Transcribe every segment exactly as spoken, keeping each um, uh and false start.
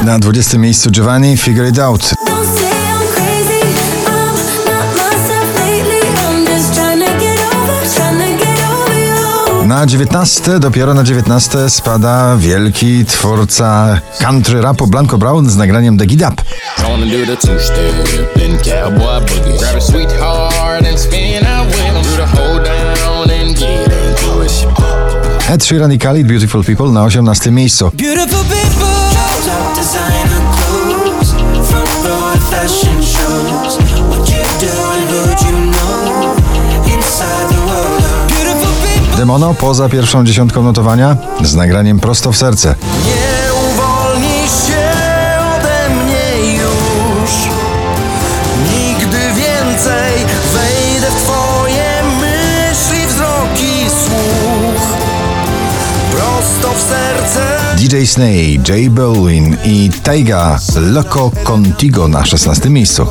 Na dwudziestym miejscu Giovanni, Figure It Out. Na dziewiętnaste, dopiero na dziewiętnaste spada wielki twórca country rapu Blanco Brown z nagraniem The Get Up. Ed Sheeran i Khalid, Beautiful People na osiemnastym miejscu. Demono poza pierwszą dziesiątką notowania z nagraniem Prosto w serce. Nie uwolnisz się ode mnie już. Nigdy więcej wejdę w twoje myśli, wzroki, słuch. Prosto w serce. D J Snake, J Balvin i Tyga, Loco Contigo na szesnastym miejscu.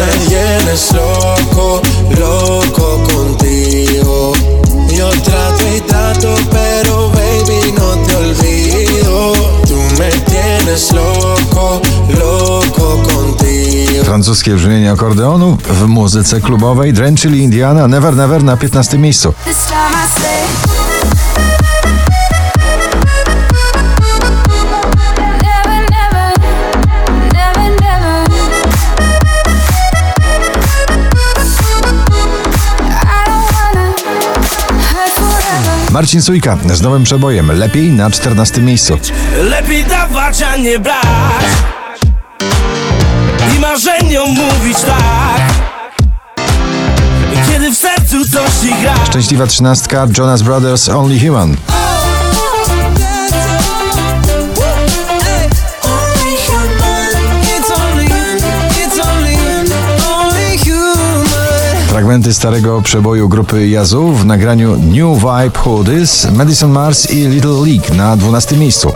Yo trato y trato, pero baby no te olvido. Tú me tienes loco, loco contigo. Francuskie brzmienie akordeonu w muzyce klubowej. Dren, czyli Indiana, Never Never na piętnastym miejscu. Marcin Sujka z nowym przebojem Lepiej na czternastym miejscu. Lepiej dawać, a nie brać. I marzeniom mówić tak. Kiedy w sercu coś ci gra. Szczęśliwa trzynastka, Jonas Brothers, Only Human. Fragmenty starego przeboju grupy Yazoo w nagraniu New Vibe Hoodies, Madison Mars i Little League na dwunastym miejscu.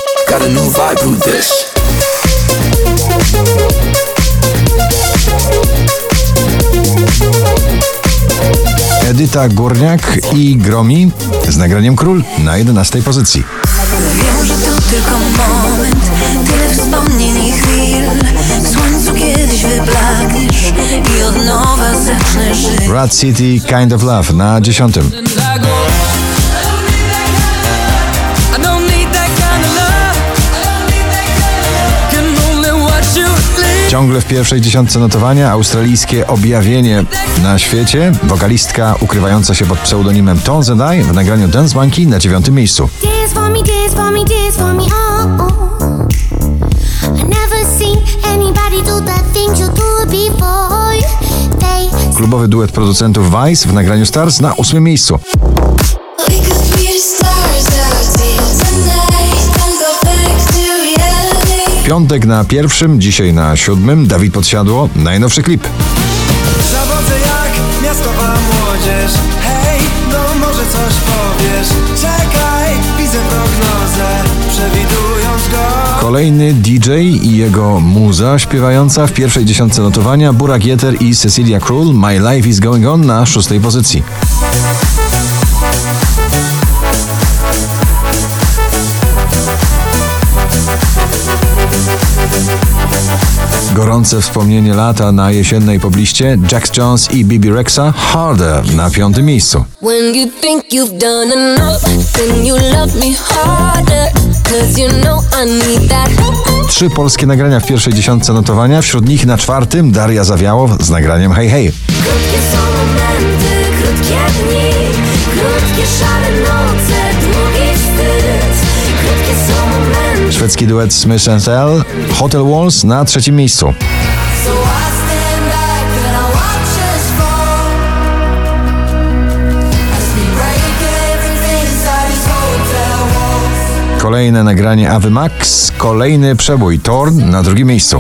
Edyta Górniak i Gromi z nagraniem Król na jedenastej pozycji. Wiem, że to tylko moment, tyle wspomnień i chwil. W słońcu kiedyś wyblakniesz i od nowa zacznę żyć. Rat City, Kind of Love na dziesiątym. Ciągle w pierwszej dziesiątce notowania australijskie objawienie na świecie. Wokalistka ukrywająca się pod pseudonimem Tones and I w nagraniu Dance Monkey na dziewiątym miejscu. Klubowy duet producentów Vice w nagraniu Stars na ósmym miejscu. Piątek na pierwszym, dzisiaj na siódmym. Dawid Podsiadło, najnowszy klip. Zawodzę jak miastowa młodzież. Hej, no może coś powiesz. Czekaj, widzę prognozę, przewidując go. Kolejny D J i jego muza śpiewająca w pierwszej dziesiątce notowania. Burak Yeter i Cecilia Król, My Life is Going On na szóstej pozycji. Gorące wspomnienie lata na jesiennej pobliście. Jax Jones i Bibi Rexa, Harder na piątym miejscu. Trzy polskie nagrania w pierwszej dziesiątce notowania, wśród nich na czwartym Daria Zawiałow z nagraniem Hej Hej. Krótkie są momenty, krótkie dni, krótkie szare noce, długi wstyd. Krótkie są momenty. Szwedzki duet Smith and Tell, Hotel Walls na trzecim miejscu. Kolejne nagranie Awy Max, kolejny przebój Torn na drugim miejscu.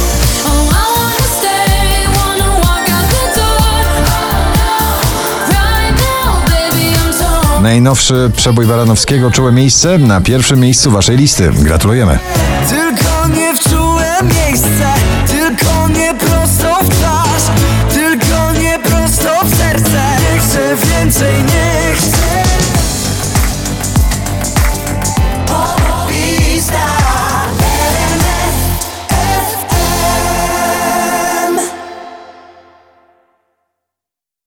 Najnowszy przebój Baranowskiego, Czułe miejsce, na pierwszym miejscu waszej listy. Gratulujemy. Tylko nie wczułe miejsce, tylko nie prosto w twarz, tylko nie prosto w serce. Nie chcę więcej, nie